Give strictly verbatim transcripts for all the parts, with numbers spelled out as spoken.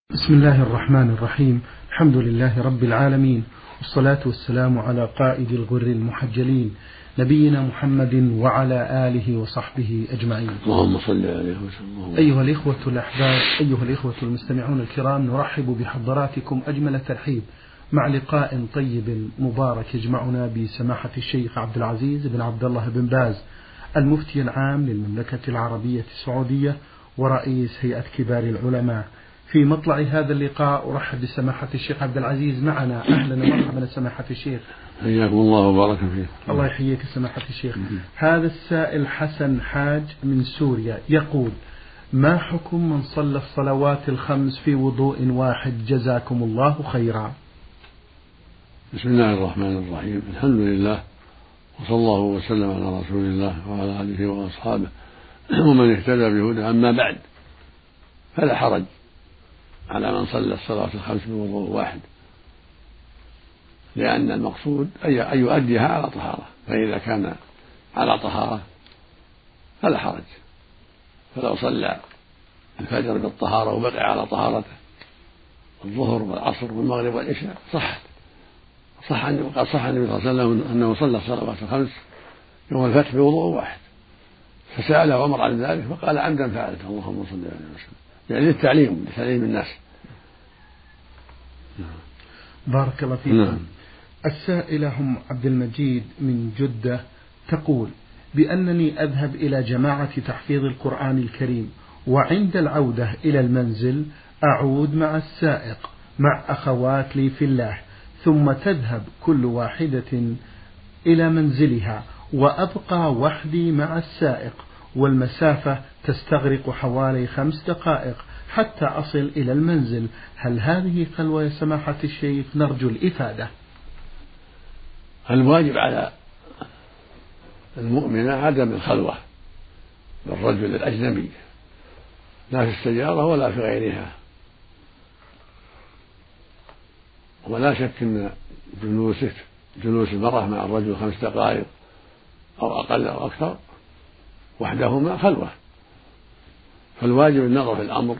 بسم الله الرحمن الرحيم. الحمد لله رب العالمين، والصلاة والسلام على قائد الغر المحجلين نبينا محمد وعلى آله وصحبه أجمعين. اللهم صل عليه وسلم. أيها الإخوة الأحباب، أيها الإخوة المستمعون الكرام، نرحب بحضراتكم أجمل الترحيب مع لقاء طيب مبارك يجمعنا بسماحة الشيخ عبد العزيز بن عبد الله بن باز، المفتي العام للمملكة العربية السعودية ورئيس هيئة كبار العلماء. في مطلع هذا اللقاء أرحب بسماحة الشيخ عبد العزيز معنا. أهلا ومرحبا سماحة الشيخ. حياكم الله وبارك فيك. الله يحييك سماحة الشيخ. هذا السائل حسن حاج من سوريا يقول: ما حكم من صلى الصلوات الخمس في وضوء واحد؟ جزاكم الله خيرا. بسم الله الرحمن الرحيم. الحمد لله، وصلى الله وسلم على رسول الله وعلى آله وأصحابه ومن اهتدى بهدى. أما بعد، فلا حرج على من صلى الصلاة الخمس بوضوء واحد، لأن المقصود أن يؤديها على طهارة، فإذا كان على طهارة فلا حرج. فلو صلى الفجر بالطهارة وبقي على طهارته الظهر والعصر والمغرب والعشاء صحت. صح قد صح النبي صلى الله عليه وسلم أنه صلى الصلوات الخمس يوم الفتح بوضوء واحد، فسأله عمر عن ذلك فقال: عمدا فعلت. اللهم صل عليه وسلم، يعني للتعليم لتعليم الناس. بارك الله فيكم. نعم. السائلة أم عبد المجيد من جدة تقول بأنني أذهب إلى جماعة تحفيظ القرآن الكريم، وعند العودة إلى المنزل أعود مع السائق مع أخوات لي في الله، ثم تذهب كل واحدة إلى منزلها وأبقى وحدي مع السائق، والمسافة تستغرق حوالي خمس دقائق حتى أصل إلى المنزل. هل هذه خلوة يا سماحة الشيخ؟ نرجو الإفادة. الواجب على المؤمنة عدم الخلوة بالرجل الأجنبي، لا في السيارة ولا في غيرها، ولا شك أن جلوسك جلوس المرأة مع الرجل خمس دقائق أو أقل أو أكثر وحدهما خلوة. فالواجب النظر في الأمر،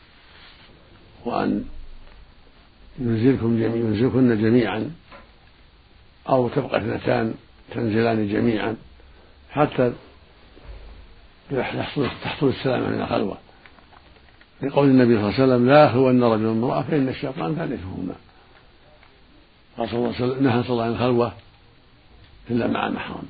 وأن ينزلكم جميع ينزلكن جميعا، أو تبقى اثنتان تنزلان جميعا حتى تحصل السلامة من الخلوة، لقول النبي صلى الله عليه وسلم: لا يخلون رجل وامرأة فإن الشيطان ثالثهما. قال صلى الله عليه وسلم: نهى صلى الله عن الخلوة إلا مع محرم.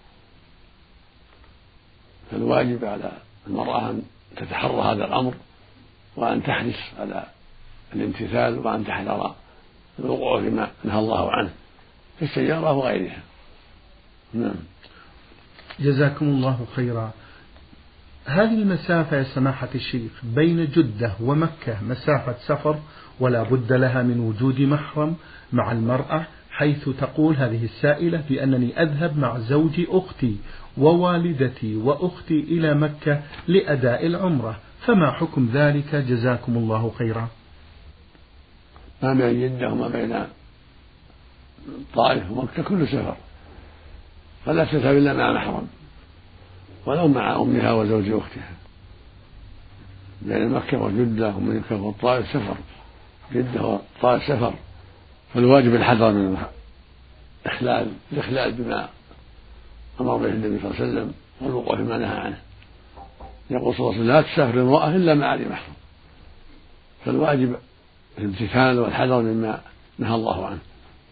فالواجب على المرأة أن تتحرى هذا الأمر، وأن تحرص على الامتثال، وأن تحذر الوقوع فيما نهى الله عنه في السيارة وغيرها. نعم. جزاكم الله خيرا. هذه المسافة يا سماحة الشيخ بين جدة ومكة مسافة سفر، ولا بد لها من وجود محرم مع المرأة، حيث تقول هذه السائلة بأنني أذهب مع زوج أختي ووالدتي وأختي إلى مكة لأداء العمرة، فما حكم ذلك؟ جزاكم الله خيرا. ما بين جدة وما بين الطائف ومكة كل سفر، فلا تذهب إلا مع محرم، ولو مع أمها وزوج أختها. بين مكة وجدة ومكة والطائف سفر، جدة والطائف سفر، فالواجب الحذر من الإخلال الإخلال بما أمر به النبي صلى الله عليه وسلم والوقوع فيما نهى عنه. يقول صلى الله عليه وسلم: لا تسافر المرأة إلا مع ذي محرم. فالواجب الامتثال والحذر مما نهى الله عنه.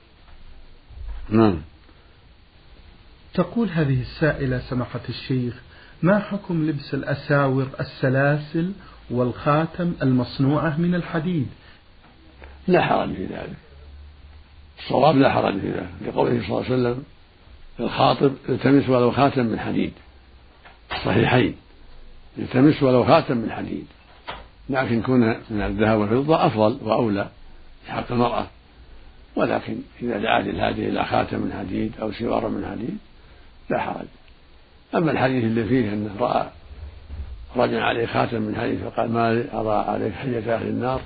نعم. تقول هذه السائلة سماحة الشيخ: ما حكم لبس الأساور السلاسل والخاتم المصنوعة من الحديد؟ لا حرج في ذلك، الصواب لا حرج في ذلك، لقوله صلى الله عليه وسلم الخاطب: التمس ولو خاتم من حديد. الصحيحين: التمس ولو خاتم من حديد. لكن كونه من الذهب والفضة أفضل وأولى في حق المرأة، ولكن إذا دعا للهادي إلى خاتم من حديد أو سوار من حديد لا حرج. أما الحديث اللي فيه أنه رأى رجل عليه خاتم من حديد فقال: ما أرى عليك حية أهل النار،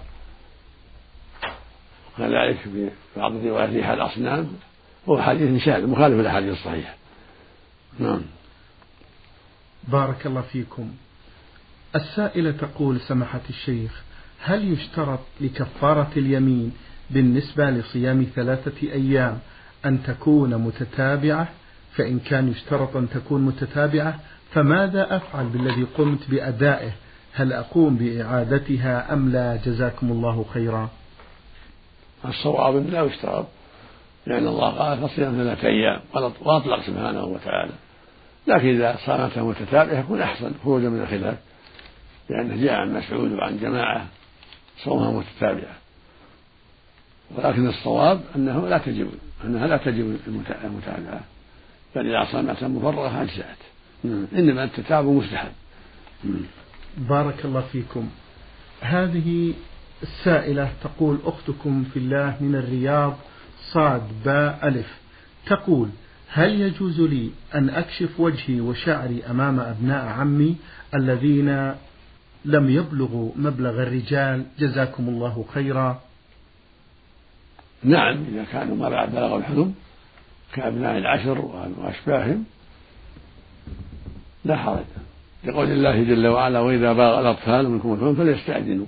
وكذلك في بعض الروايات ريح الأصنام، هو حديث شاذ مخالف للأحاديث الصحيحة. نعم. بارك الله فيكم. السائلة تقول سماحة الشيخ: هل يشترط لكفارة اليمين بالنسبة لصيام ثلاثة أيام أن تكون متتابعة؟ فإن كان يشترط أن تكون متتابعة فماذا أفعل بالذي قمت بأدائه؟ هل أقوم بإعادتها أم لا؟ جزاكم الله خيرا. الصواب لا يشترط، لأن الله قال فصيام ثلاثة أيام وأطلق سبحانه وتعالى، لكن إذا صامتها متتابعة يكون أحسن خروجا من الخلاف، لأنه جاء عن مسعود وعن جماعة صومها متتابعة. ولكن الصواب أنه لا تجب أنها لا تجب المتابعة، بل إذا صامتها مفرغة أجزأت، إنما التتابع مستحب. بارك الله فيكم. هذه السائلة تقول: أختكم في الله من الرياض، صاد باء ألف، تقول: هل يجوز لي أن أكشف وجهي وشعري أمام أبناء عمي الذين لم يبلغوا مبلغ الرجال؟ جزاكم الله خيرا. نعم، إذا كانوا ما بعد بلغوا الحلم كأبناء العشر وأشباههم لا حرج، لقول الله جل وعلا: وإذا بلغ الأطفال منكم الحلم فليستأذنوا،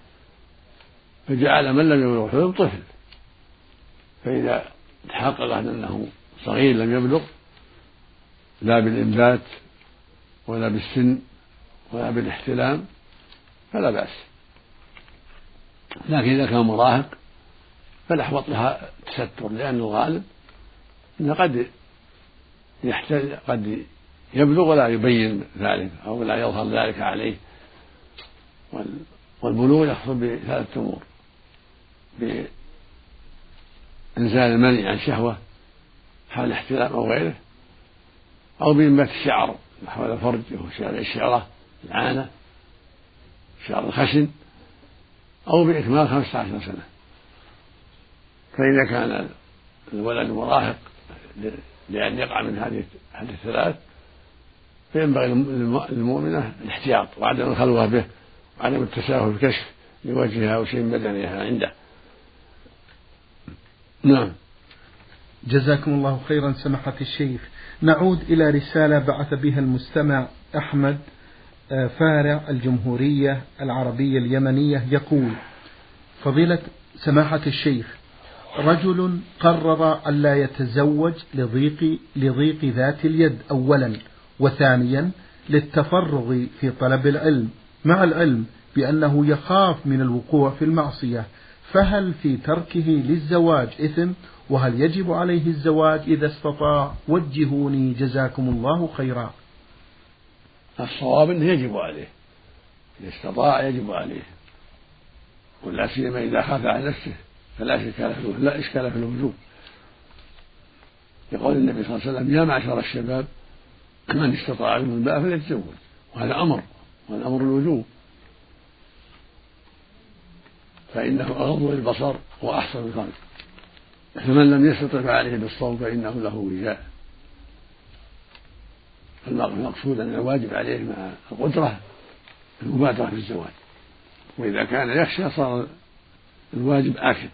فجعل من لم يبلغ الحلم طفل، فإذا تحقق أنه صغير لم يبلغ لا بالإنبات ولا بالسن ولا بالاحتلام فلا بأس، لكن إذا كان مراهق فالأحوط لها التستر، لأن الغالب أنه قد يحتل قد يبلغ ولا يبين ذلك أو لا يظهر ذلك عليه. والبلوغ يحصل بثلاثة أمور: بإنزال المني عن شهوة حال احتلام أو غيره، أو بإنبات الشعر حول الفرج وهو شعر الشعرة العانة شعر الخشن، أو بإكمال خمسة عشر سنة. فإذا كان الولد مراهق لأن يقع من هذه الثلاث فينبغي للمؤمنة الاحتياط وعدم الخلوة به وعدم التساهل في الكشف لوجهها أو شيء من بدنها عنده. نعم. جزاكم الله خيرا سماحة الشيخ. نعود إلى رسالة بعث بها المستمع أحمد فارع الجمهورية العربية اليمنية، يقول: فضيلة سماحة الشيخ، رجل قرر ألا يتزوج لضيق, لضيق ذات اليد أولا، وثانيا للتفرغ في طلب العلم، مع العلم بأنه يخاف من الوقوع في المعصية، فهل في تركه للزواج إثم؟ وهل يجب عليه الزواج إذا استطاع؟ وجهوني جزاكم الله خيرا. الصواب أنه يجب عليه، إذا استطاع يجب عليه، ولا سيما إذا خاف على نفسه فلا إشكال لا إشكال في الوجوب، يقول النبي صلى الله عليه وسلم: يا معشر الشباب من استطاع منكم الباءة فليتزوج، وهذا أمر، وهذا أمر الوجوب، فإنه أغض للبصر وأحسن الفرج، فمن لم يستطع فعليه بالصوم فإنه له وجاء. المقصود أن الواجب عليه مع القدرة المبادرة في الزواج، وإذا كان يخشى صار الواجب آكد.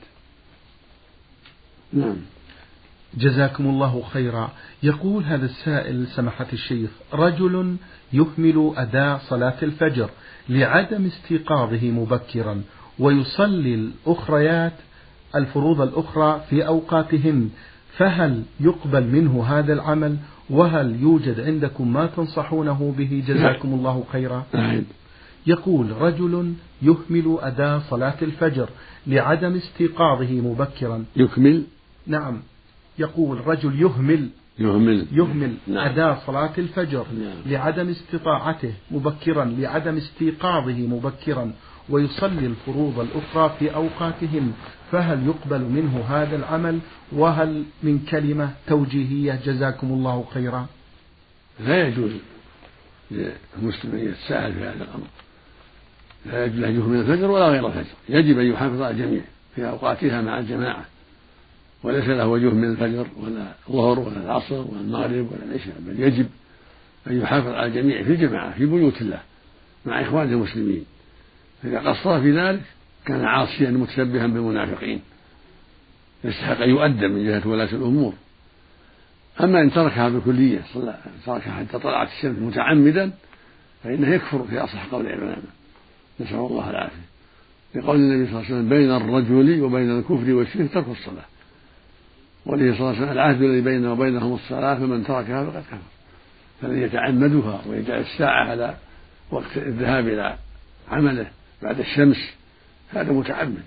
نعم. جزاكم الله خيرا. يقول هذا السائل سماحة الشيخ: رجل يهمل أداء صلاة الفجر لعدم استيقاظه مبكرا، ويصلي الأخريات الفروض الأخرى في أوقاتهن، فهل يقبل منه هذا العمل؟ وهل يوجد عندكم ما تنصحونه به؟ جزاكم الله خيرا. يقول: رجل يهمل أداء صلاة الفجر لعدم استيقاظه مبكرا. يكمل؟ نعم. يقول: رجل يهمل يهمل, يهمل نعم. أداء صلاة الفجر نعم. لعدم استطاعته مبكرا، لعدم استيقاظه مبكرا، ويصلي الفروض الأخرى في أوقاتهن، فهل يقبل منه هذا العمل؟ وهل من كلمة توجيهية؟ جزاكم الله خيرا. لا يجوز للمسلم أن يتساهل في هذا الأمر، لا يجوز له يهمل الفجر ولا غير الفجر، يجب أن يحافظ على الجميع في أوقاتها مع الجماعة، وليس له وجه من الفجر ولا الظهر ولا العصر ولا المغرب ولا العشاء، بل يجب أن يحافظ على الجميع في الجماعة في بيوت الله مع إخوانه المسلمين، فإذا قصر في ذلك كان عاصيا متشبها بالمنافقين، يستحق أن يؤدب من جهة ولاة الأمور. أما إن تركها بالكلية تركها حتى طلعت الشمس متعمدا فإنه يكفر في أصح قول العلماء، نسأل الله العافية. لقول النبي صلى الله عليه وسلم بين الرجل وبين الكفر والشرك ترك الصلاة، وله صلى الله عليه وسلم العهد الذي بيننا وبينهم الصلاة فمن تركها فقد كفر. فالذي يتعمدها ويجعل الساعة على وقت الذهاب إلى عمله بعد الشمس هذا متعمد،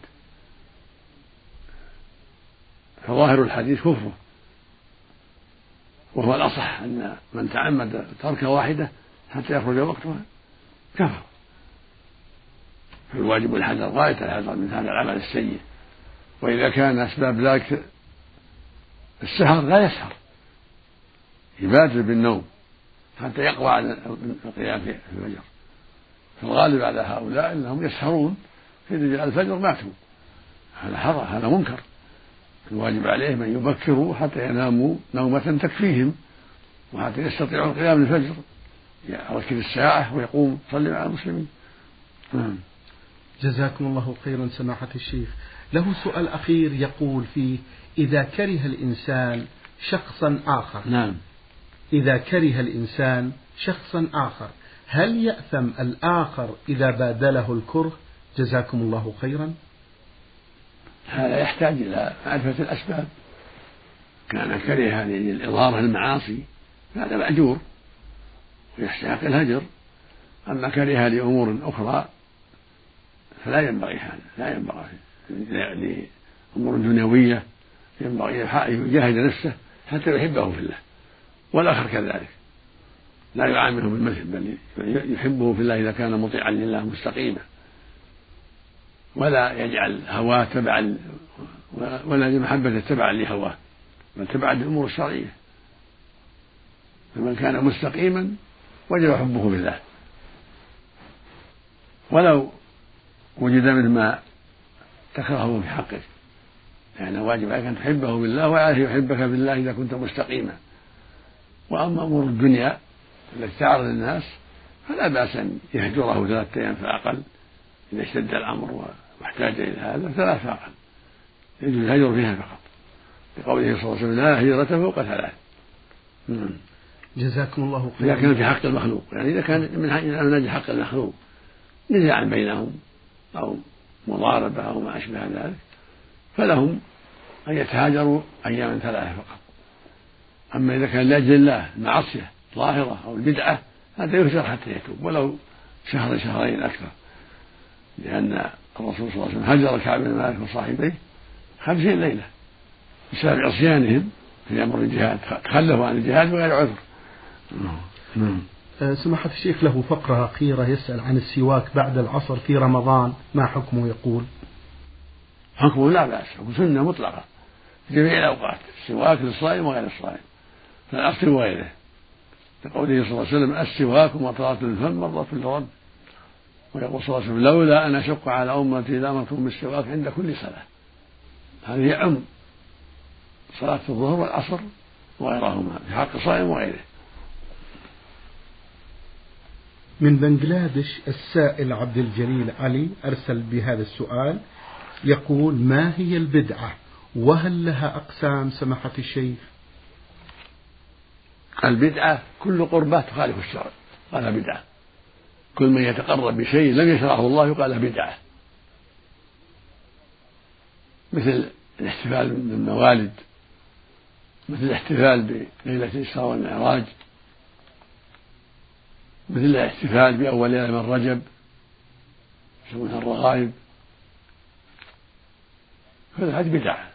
فظاهر الحديث كفره، وهو الأصح أن من تعمد ترك واحدة حتى يخرج وقتها كفر. فالواجب الحذر غاية الحذر من هذا العمل السيء. وإذا كان أسباب ذلك السهر لا يسهر، يبادر بالنوم حتى يقوى على القيام في الفجر. فالغالب على هؤلاء أنهم يسهرون في جاء الفجر ماتوا، هذا حرام، هذا منكر. الواجب عليهم أن يبكروا حتى يناموا نومة تكفيهم وحتى يستطيعوا القيام للفجر، يركز الساعة ويقوم يصلي مع المسلمين. جزاكم الله خيرا سماحة الشيخ. له سؤال أخير يقول فيه: إذا كره الإنسان شخصا آخر نعم إذا كره الإنسان شخصا آخر هل يأثم الآخر إذا بادله الكره؟ جزاكم الله خيرا. هذا يحتاج إلى معرفة الأسباب. كان كره لإظهار المعاصي هذا مأجور ويستحق الهجر، أما كره لأمور أخرى فلا ينبغي هذا، لا ينبغي لأمور دنيوية ينبغي يجاهد نفسه حتى يحبه في الله، والآخر كذلك لا يعامله بالمثل بل يحبه في الله إذا كان مطيعا لله مستقيما، ولا يجعل هواه تبعا ولا لمحبته تبعا لهواه بل تبعا للأمور الشرعية. فمن كان مستقيما وجب حبه بالله، ولو وجد منه ما تكرهه في حقك، يعني واجب عليك أن تحبه بالله ويعرف يحبك بالله إذا كنت مستقيما. وأما أمور الدنيا التي تعرض الناس فلا بأس أن يهجره ثلاثة أيام فأقل إذا اشتد الأمر واحتاج إلى هذا ثلاث فأقل يجوز الهجر فيها فقط، لقوله صلى الله عليه وسلم لا هجرة فوق ثلاث. جزاكم الله خيرا. إذا كان في حق المخلوق، يعني إذا كان من أجل حق المخلوق نزاع بينهم أو مضاربة أو ما أشبه ذلك فلهم أن يتهاجروا أياما ثلاثة فقط. أما إذا كان لأجل الله المعصية ظاهرة أو البدعة هذا يهجر حتى يتوب ولو شهر شهرين أكثر، لأن الرسول صلى الله عليه وسلم هجر كعب بن مالك وصاحبيه خمسين ليلة بسبب عصيانهم في أمر الجهاد، تخلفوا عن الجهاد بغير عذر. نعم. سماحة الشيخ له فقرة أخيرة يسأل عن السواك بعد العصر في رمضان ما حكمه؟ يقول حكمه لا بأس، حكم سنة مطلقة في جميع الأوقات، السواك للصائم وغير الصائم فالعصر وغيره، لقوله صلى الله عليه وسلم السواك مطرات للفم مرة للرب، ويقول صلى الله عليه وسلم لولا أن أشق على أمتي لأمرتهم بالسواك عند كل صلاة. هذه يعم صلاة الظهر والعصر وغيرهما في حق الصائم وغيره. من بنغلاديش السائل عبد الجليل علي أرسل بهذا السؤال يقول: ما هي البدعة وهل لها أقسام سماحة الشيخ؟ البدعة كل قربة تخالف الشرع قال بدعة، كل من يتقرب بشيء لم يشرعه الله يقال له بدعة، مثل الاحتفال بالموالد، مثل الاحتفال بليلة الإسراء والمعراج، مثل الاحتفال بأول ليلة من رجب يسمونها الرغائب، فهذه بدعة.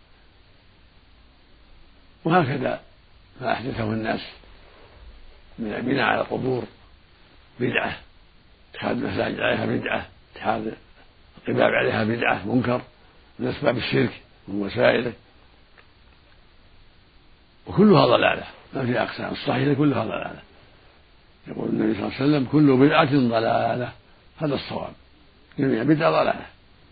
وهكذا ما أحدثه الناس من البناء على القبور بدعة، اتخاذ المساجد عليها بدعة، اتخاذ القباب عليها بدعة منكر من أسباب الشرك ووسائله، وكلها ضلالة ما في أقسام، الصحيحة كلها ضلالة. يقول النبي صلى الله عليه وسلم كل بدعة ضلالة، هذا الصواب، جميع بدعة ضلالة.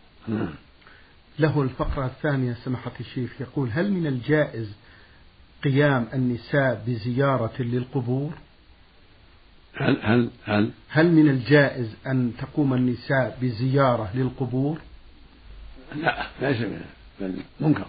له الفقرة الثانية سماحة الشيخ يقول: هل من الجائز قيام النساء بزيارة للقبور؟ هل هل هل هل من الجائز أن تقوم النساء بزيارة للقبور؟ لا ليس منه بل منكر،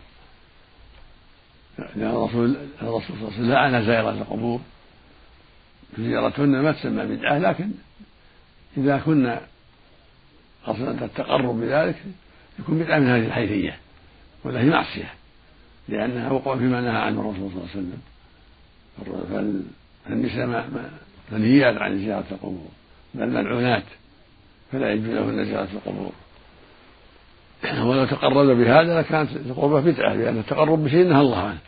لأن الرسول الرسول صلى الله عليه وسلم لعن زائرة القبور، زيارتهن ما تسمى بدعة، لكن إذا كنا أصلا أن التقرب بذلك يكون بدعة من هذه الحيثية، ولا هي معصية، لأنها وقوع فيما نهى عنه الرسول صلى الله عليه وسلم. فالنساء منهيات عن زيارة القبور، بل ملعونات، فلا يجوز لهن زيارة القبور. ولو تقرب بهذا لكانت القربة بدعة، لأن التقرب بشيء نهى الله عنه.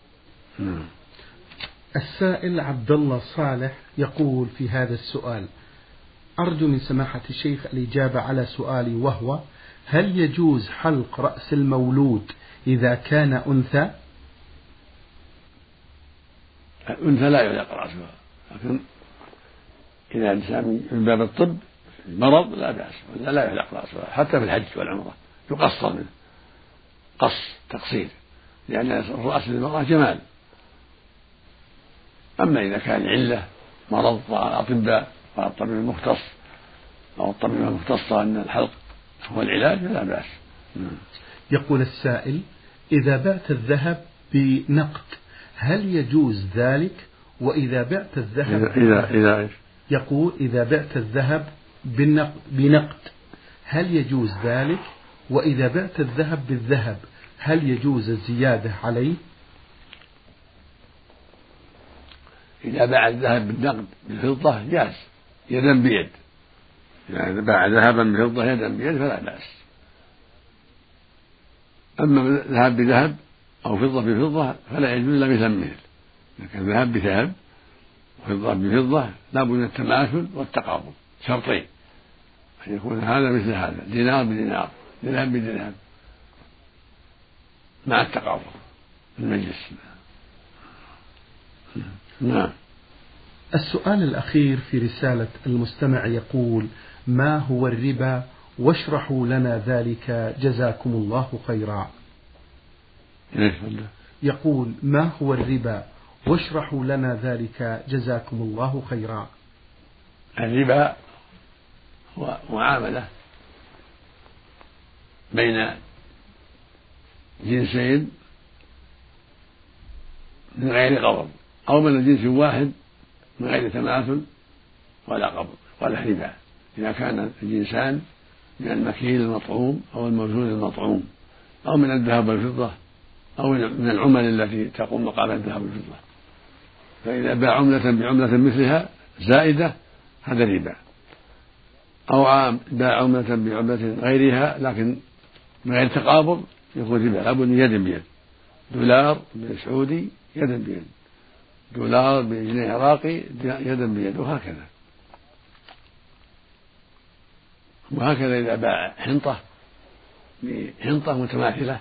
السائل عبد الله صالح يقول في هذا السؤال: أرجو من سماحة الشيخ الإجابة على سؤالي، وهو: هل يجوز حلق رأس المولود إذا كان أنثى؟ الأنثى لا يحلق رأسها، لكن إذا إنسان من باب الطب مرض لا بأس، ولا لا يحلق رأسها. حتى في الحج والعمرة يقصر منه قص تقصير، لأن الرأس للمرأة جمال. أما إذا كان علة مرض الأطباء والطبيب المختص أو الطبيبة المختصة أن الحلق هو العلاج فلا بأس. يقول السائل: إذا بعت الذهب بنقد هل يجوز ذلك؟ وإذا بعت الذهب إذا إذا إيش؟ يقول: إذا بعت الذهب بالنقد بنقد هل يجوز ذلك؟ وإذا بعت الذهب بالذهب هل يجوز الزيادة عليه؟ إذا باع الذهب بالنقد بالفضة جاز يدا بيد، يعني إذا باع ذهبا بفضة يدا بيد فلا بأس. أما ذهب بذهب أو فضة بفضة فلا يجوز إلا مثل مثل، لكن ذهب بذهب وفضة بفضة لا بد من التماثل والتقابل، شرطين، أن يكون هذا مثل هذا، دينار بدينار، درهم بدرهم، مع التقابل في المجلس. نعم. السؤال الأخير في رسالة المستمع يقول: ما هو الربا؟ واشرحوا لنا ذلك جزاكم الله خيرا. يقول: ما هو الربا؟ واشرحوا لنا ذلك جزاكم الله خيرا. الربا هو معاملة بين جنسين من غير قبض، أو من جنس واحد من غير تماثل ولا قبض ولا ربا، إذا كان الجنسان من المكيل المطعوم أو الموزون المطعوم، أو من الذهب والفضة، أو من العمل التي تقوم مقام الذهب والفضة. فإذا باع عملة بعملة مثلها زائدة هذا ربا، أو باع عملة بعملة غيرها لكن من غير تقابض يكون ربا، لابد من يد بيد، دولار سعودي يدا بيد، دولار بجنيه عراقي يدا بيد، وهكذا. وهكذا إذا باع حنطة بحنطة متماثلة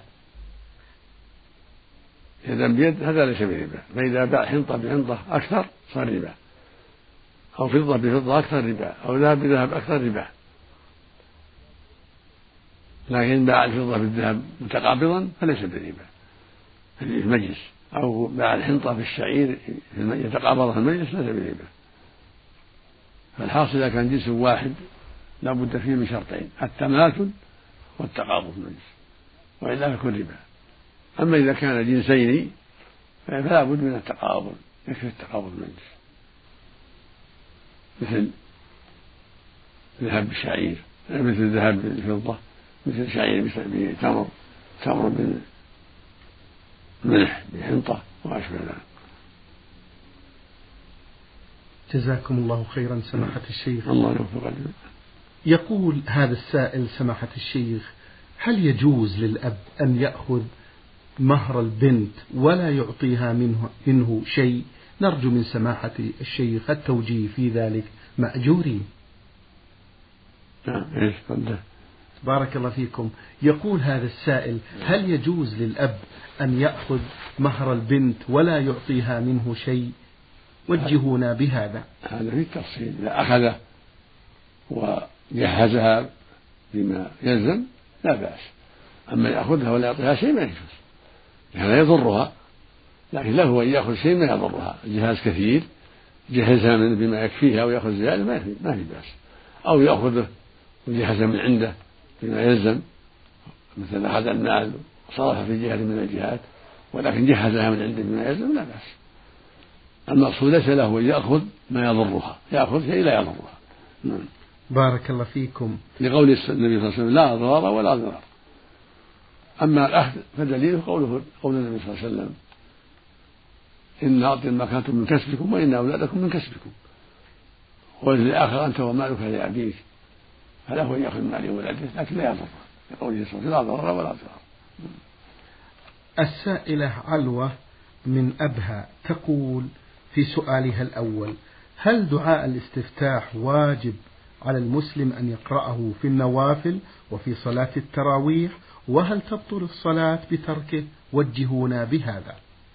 يدا بيد هذا ليس بربا. فإذا باع حنطة بحنطة أكثر صار ربا، أو فضة بفضة أكثر ربا، أو ذهب بذهب أكثر ربا. لكن باع الفضة بالذهب متقابضا فليس بربا في المجلس، أو باع الحنطة في الشعير يتقابضها في المجلس ليس بربا. فالحاصل إذا كان جنس واحد لا بد فيه من شرطين: التماثل والتقابض في المجلس، وإلا يكون ربا. أما إذا كان جنسين فلا بد من التقابض، يكفي التقابض في المجلس، مثل ذهب بالشعير، مثل ذهب بالفضة، مثل شعير بتمر، تمر بالملح بحنطة وأشبه ذلك. جزاكم الله خيرا سماحة الشيخ. الله يوفقك. يقول هذا السائل: سماحة الشيخ، هل يجوز للأب أن يأخذ مهر البنت ولا يعطيها منه, منه شيء؟ نرجو من سماحة الشيخ التوجيه في ذلك مأجورين. نعم. ايش قلت؟ بارك الله فيكم. يقول هذا السائل: هل يجوز للأب أن يأخذ مهر البنت ولا يعطيها منه شيء؟ وجهونا بهذا. هذا في التفصيل، إذا أخذه وجهزها بما يلزم لا بأس. أما يأخذها ولا يعطيها شيء ما يجوز، هذا يضرها. لكن له أن يأخذ شيء ما يضرها، الجهاز كثير جهزها منه بما يكفيها ويأخذ زيادة ما في ما في بأس، أو يأخذه وجهزها من عنده بما يلزم، مثل أخذ المال وصرف في جهة من الجهات ولكن جهزها من عنده بما يلزم لا بأس. المقصود ليس له أن يأخذ ما يضرها، يأخذ شيء لا يضرها. بارك الله فيكم. لقول النبي صلى الله عليه وسلم لا ضرر ولا ضرر. أما الأخذ فدليله قوله قول النبي صلى الله عليه وسلم إن أعطي ما كنتم من كسبكم وإن أولادكم من كسبكم، وللآخر أنت ومالك لأبيك، فله أن يأخذ مال ولده لكن لا يضر، لقوله صلى الله عليه وسلم لا ضرر ولا ضرر. السائلة علوة من أبها تقول في سؤالها الأول: هل دعاء الاستفتاح واجب على المسلم أن يقرأه في النوافل وفي صلاة التراويح، وهل تبطل الصلاة بتركه؟ وجهونا بهذا.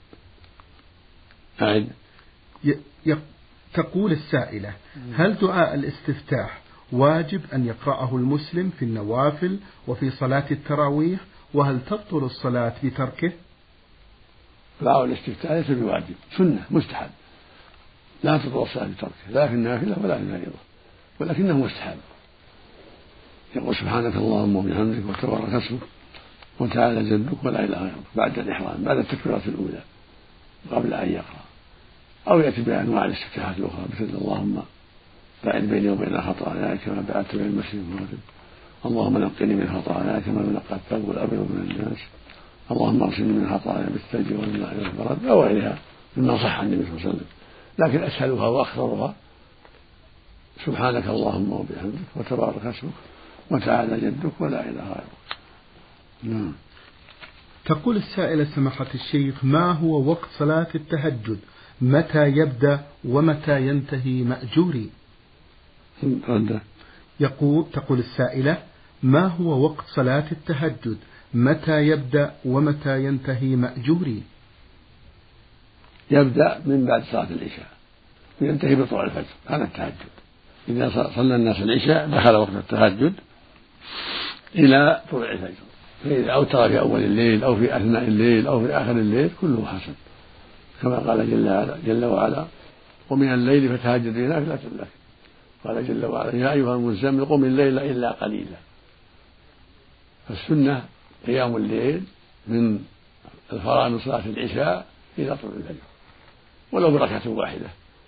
أعد. ي... تقول السائلة: هل دعاء الاستفتاح واجب أن يقرأه المسلم في النوافل وفي صلاة التراويح، وهل تبطل الصلاة بتركه؟ دعاء الاستفتاح ليس بواجب، سنة مستحب، لا تبطل الصلاة بتركه، لكن نافلة ولا فريضة، ولكنه مستحب. يقول سبحانك اللهم وبحمدك وتبارك اسمك وتعالى جدك ولا إله غيرك بعد الإحرام، بعد التكبيرة الأولى قبل أن يقرأ، أو يأتي بأنواع الاستفتاحات الأخرى مثل اللهم باعد بيني وبين خطاياي كما بعدت بين المشرق والمغرب، اللهم نقني من خطاياي كما ينقى الثوب الأبيض من الناس، اللهم اغسلني من خطاياي بالثلج والماء والبرد، أو غيرها مما صح عن النبي صلى الله عليه وسلم. لكن أسهلها وأخطرها سبحانك اللهم وبحمدك وتبارك اسمك وتعالى جدك ولا إله غيرك. نعم. تقول السائلة: سماحة الشيخ، ما هو وقت صلاة التهجد؟ متى يبدأ ومتى ينتهي مأجوري؟ يقول تقول السائلة: ما هو وقت صلاة التهجد؟ متى يبدأ ومتى ينتهي مأجوري؟ يبدأ من بعد صلاة العشاء وينتهي بطلوع الفجر، هذا التهجد. إذا صلى الناس العشاء دخل وقت التهجد إلى طلوع الفجر، فإذا أوتر في أول الليل أو في أثناء الليل أو في آخر الليل كله حسن، كما قال جل, جل وعلا: ومن الليل فتهجد به نافلة لك. قال جل وعلا: يا أيها المزمل قم الليل إلا قليلا. فالسنة قيام الليل من الفراغ من صلاة العشاء إلى طلوع الفجر ولو بركعة واحدة،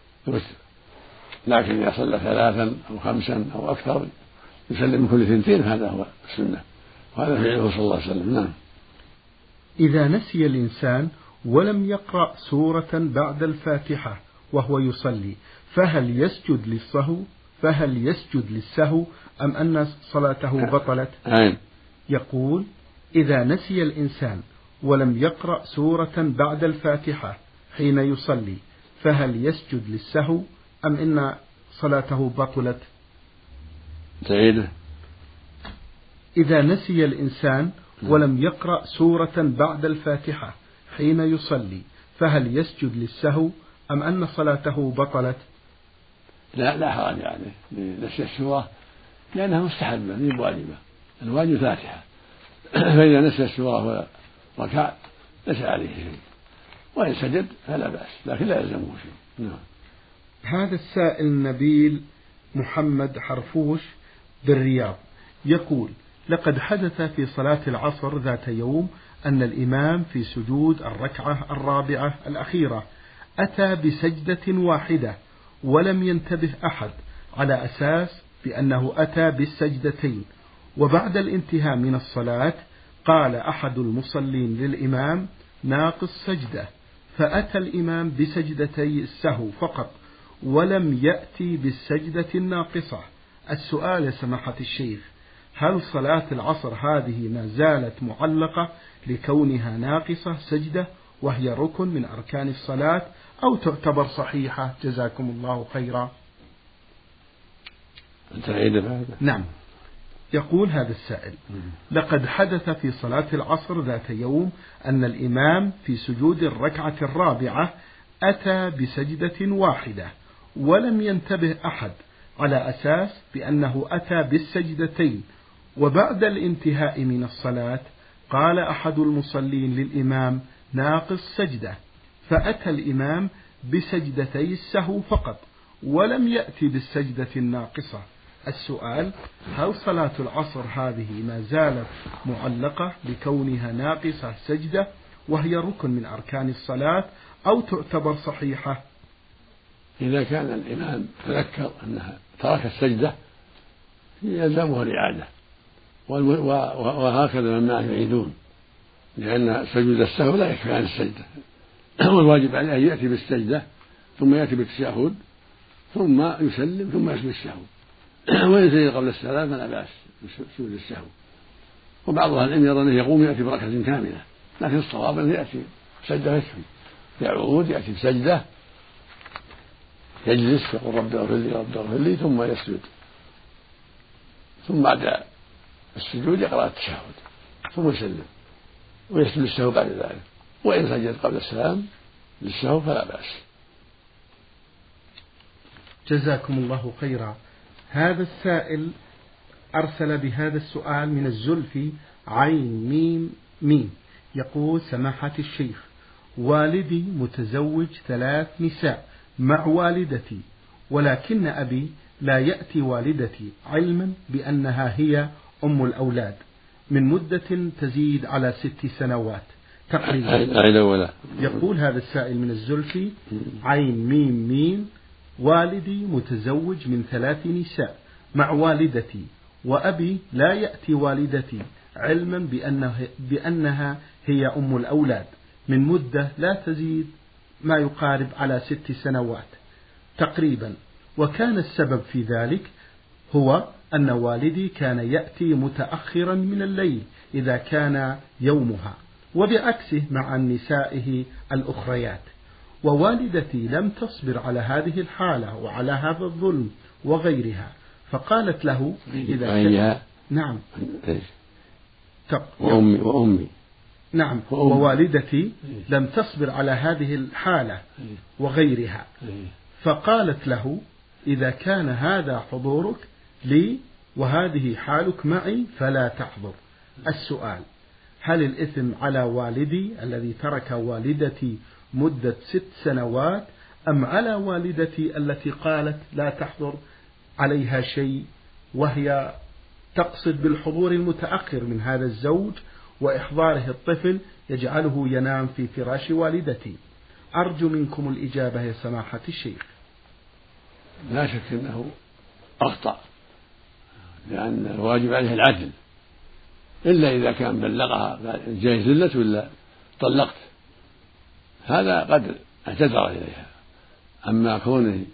لكن إذا صلى ثلاثا أو خمسا أو أكثر يسلم من كل ثنتين، هذا هو السنة، وهذا فعله صلى الله عليه وسلم. نعم. إذا نسي الإنسان ولم يقرأ سورة بعد الفاتحة وهو يصلي، فهل يسجد للسهو فهل يسجد للسهو أم أن صلاته بطلت؟ أين؟ يقول: إذا نسي الإنسان ولم يقرأ سورة بعد الفاتحة حين يصلي، فهل يسجد للسهو أم إن صلاته بطلت؟ تعيده. إذا نسي الإنسان ولم يقرأ سورة بعد الفاتحة حين يصلي، فهل يسجد للسهو أم أن صلاته بطلت؟ لا لا حرج عليه لنسي السورة، لأنها مستحبة ليس واجبة، الواجب الفاتحة. فإذا نسي السورة وركع ليس عليه شيء، وإن سجد فلا بأس، لكن لا يلزمه شيء. نعم. هذا السائل نبيل محمد حرفوش بالرياض يقول: لقد حدث في صلاة العصر ذات يوم أن الإمام في سجود الركعة الرابعة الأخيرة أتى بسجدة واحدة ولم ينتبه أحد، على أساس بأنه أتى بالسجدتين، وبعد الانتهاء من الصلاة قال أحد المصلين للإمام: ناقص سجدة، فأتى الإمام بسجدتي السهو فقط ولم يأتي بالسجدة الناقصة. السؤال يا سماحة الشيخ: هل صلاة العصر هذه ما زالت معلقة لكونها ناقصة سجدة وهي ركن من أركان الصلاة، أو تعتبر صحيحة؟ جزاكم الله خيرا. نعم. يقول هذا السائل: لقد حدث في صلاة العصر ذات يوم أن الإمام في سجود الركعة الرابعة أتى بسجدة واحدة ولم ينتبه أحد، على أساس بأنه أتى بالسجدتين، وبعد الانتهاء من الصلاة قال أحد المصلين للإمام: ناقص سجدة، فأتى الإمام بسجدتي السهو فقط ولم يأتي بالسجدة الناقصة. السؤال: هل صلاة العصر هذه ما زالت معلقة لكونها ناقصة سجدة وهي ركن من أركان الصلاة، أو تعتبر صحيحة؟ إذا كان الإمام تذكر أنها ترك السجدة يلزمه الإعادة، وهكذا من معه يعيدون، لأن سجود السهو لا يكفي عن السجدة، والواجب عليه أن يأتي بالسجدة ثم يأتي بالتشهد ثم يسلم ثم يسجد السهو، وإن سجد قبل السلام فلا بأس بسجود السهو. وبعض أهل العلم يرى أنه يقوم يأتي بركعة كاملة، لكن الصواب أنه يأتي سجدة يكفي، يعود يأتي بسجدة يجلس يقول رب اغفر لي رب اغفر لي ثم يسجد، ثم بعد السجود يقرأ التشهد ثم يسلم ويسجد السهو بعد ذلك، وإن سجد قبل السلام للسهو فلا بأس. جزاكم الله خيرا. هذا السائل أرسل بهذا السؤال من الزلفي عين ميم ميم، يقول: سماحة الشيخ، والدي متزوج ثلاث نساء مع والدتي، ولكن أبي لا يأتي والدتي علما بأنها هي أم الأولاد من مدة تزيد على ست سنوات تقريبا. يقول هذا السائل من الزلفي عين ميم ميم: والدي متزوج من ثلاث نساء مع والدتي، وأبي لا يأتي والدتي علما بأنها, بأنها هي أم الأولاد من مدة لا تزيد ما يقارب على ست سنوات تقريبا، وكان السبب في ذلك هو أن والدي كان يأتي متأخرا من الليل إذا كان يومها، وبعكسه مع نسائه الأخريات، ووالدتي لم تصبر على هذه الحالة وعلى هذا الظلم وغيرها، فقالت له إذا كان نعم وأمي وأمي نعم ووالدتي لم تصبر على هذه الحالة وغيرها، فقالت له إذا كان هذا حضورك لي وهذه حالك معي فلا تحضر. السؤال: هل الإثم على والدي الذي ترك والدتي مدة ست سنوات، أم على والدتي التي قالت لا تحضر عليها شيء، وهي تقصد بالحضور المتأخر من هذا الزوج وإحضاره الطفل يجعله ينام في فراش والدتي؟ أرجو منكم الإجابة يا سماحة الشيخ. لا شك أنه أخطأ، لأن الواجب عليه العدل، إلا إذا كان بلغها جاي زلت ولا طلقت، هذا قد اعتذر إليها. أما كونه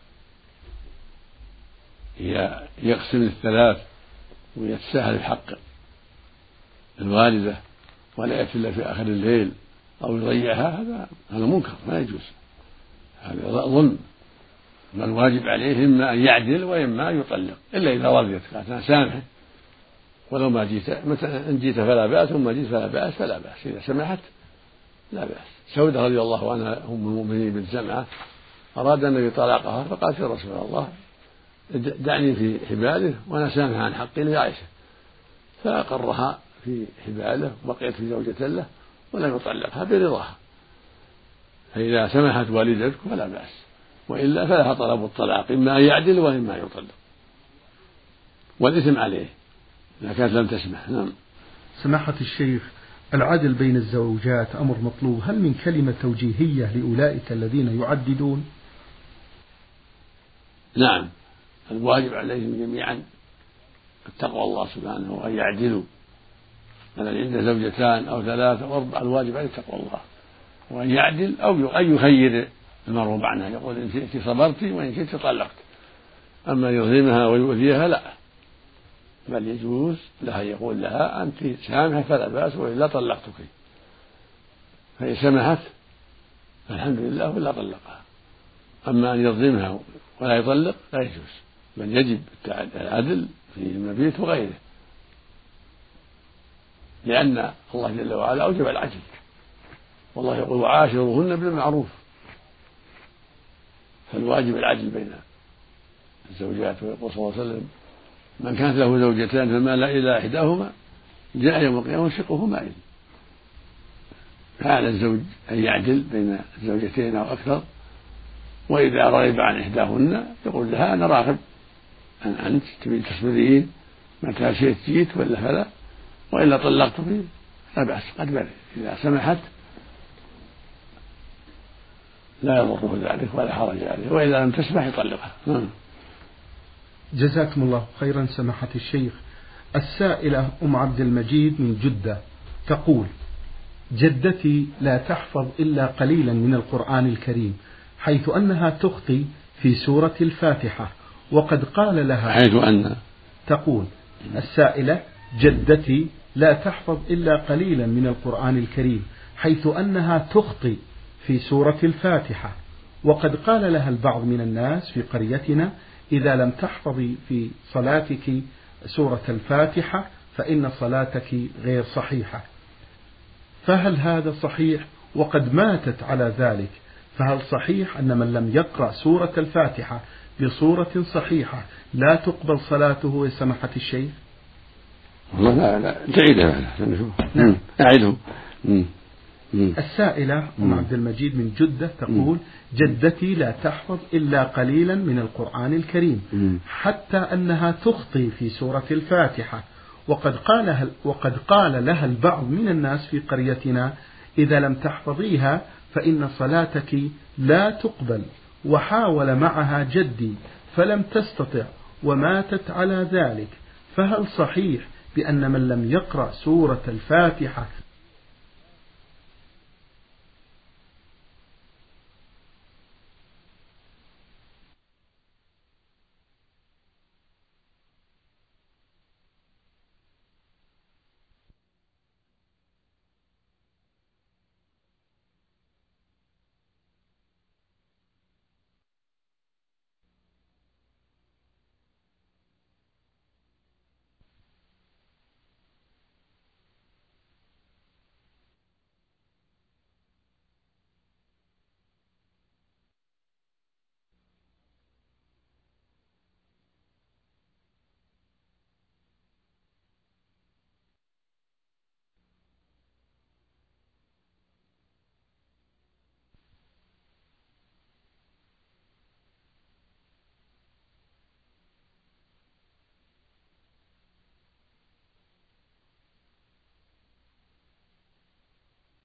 يقسم الثلاث ويتساهل في حق الوالدة ولا يأتي إلا في آخر الليل أو يضيعها، هذا هذا منكر ما يجوز، هذا ظلم. الواجب عليه إما أن يعدل وإما أن يطلق، إلا إذا رضيت قالت أنا سامحك ولو ما جيت، مثلا إن جيت فلا بأس وما جيت فلا بأس فلا بأس، إذا سمحت لا بأس. سودة رضي الله عنها أم المؤمنين بنت زمعة أراد النبي طلاقها، فقالت يا رسول الله دعني في حباله وأنا سامح عن حقي لعائشة، فأقرها في حباله وبقيت في زوجة له ولم يطلقها برضاها. فإذا سمحت والدتك فلا بأس، وإلا فلها طلب الطلاق، إما أن يعدل وإما أن يطلق، والإثم عليه إذا كانت لم تسمح. نعم. سماحة الشيخ، العدل بين الزوجات أمر مطلوب، هل من كلمة توجيهية لأولئك الذين يعددون؟ نعم، الواجب عليهم جميعا اتقوا الله سبحانه وأن يعدلوا، مثلا عنده زوجتان أو ثلاثة أو أربعة الواجب عليه اتقوا الله وأن يعدل، أو أن يخير المرغوب عنها، يقول إن شئت صبرت وإن شئت طلقت. أما يظلمها ويؤذيها لا، بل يجوز لها يقول لها أنت سامحة فلا بأس وإلا طلقتك، فإن سمحت فالحمد لله ولا طلقها. أما أن يظلمها ولا يطلق لا يجوز، بل يجب العدل في المبيت وغيره، لأن الله جل وعلا أوجب العدل، والله يقول وعاشروهن بالمعروف، فالواجب العدل بين الزوجات. ويقول صلى الله عليه وسلم من كانت له زوجتان فمال إلى إحداهما جاء يوم القيامة شقه مائل. فعلى الزوج أن يعدل بين الزوجتين أو أكثر، وإذا رغب عن إحداهن يقول لها أنا راغب أن أنت تبين تصبرين متى شئت جيت ولا فلا، وإلا طلقتك لا بأس قد بل إذا سمحت لا يضره ذلك ولا حرج عليه، وإذا لم تسمح يطلقها. جزاكم الله خيرا سماحة الشيخ. السائلة أم عبد المجيد من جدة تقول: جدتي لا تحفظ إلا قليلا من القرآن الكريم، حيث أنها تخطي في سورة الفاتحة، وقد قال لها حيث أن تقول السائلة: جدتي لا تحفظ إلا قليلا من القرآن الكريم، حيث أنها تخطي في سورة الفاتحة، وقد قال لها البعض من الناس في قريتنا: إذا لم تحفظي في صلاتك سورة الفاتحة فإن صلاتك غير صحيحة. فهل هذا صحيح؟ وقد ماتت على ذلك، فهل صحيح أن من لم يقرأ سورة الفاتحة بصورة صحيحة لا تقبل صلاته يا سماحة الشيخ؟ والله لا لا تعيدها. نعم أعيده. السائلة أم عبد المجيد من جدة تقول: جدتي لا تحفظ إلا قليلا من القرآن الكريم، حتى أنها تخطي في سورة الفاتحة، وقد قال وقد قال لها البعض من الناس في قريتنا: إذا لم تحفظيها فإن صلاتك لا تقبل. وحاول معها جدي فلم تستطع وماتت على ذلك، فهل صحيح بأن من لم يقرأ سورة الفاتحة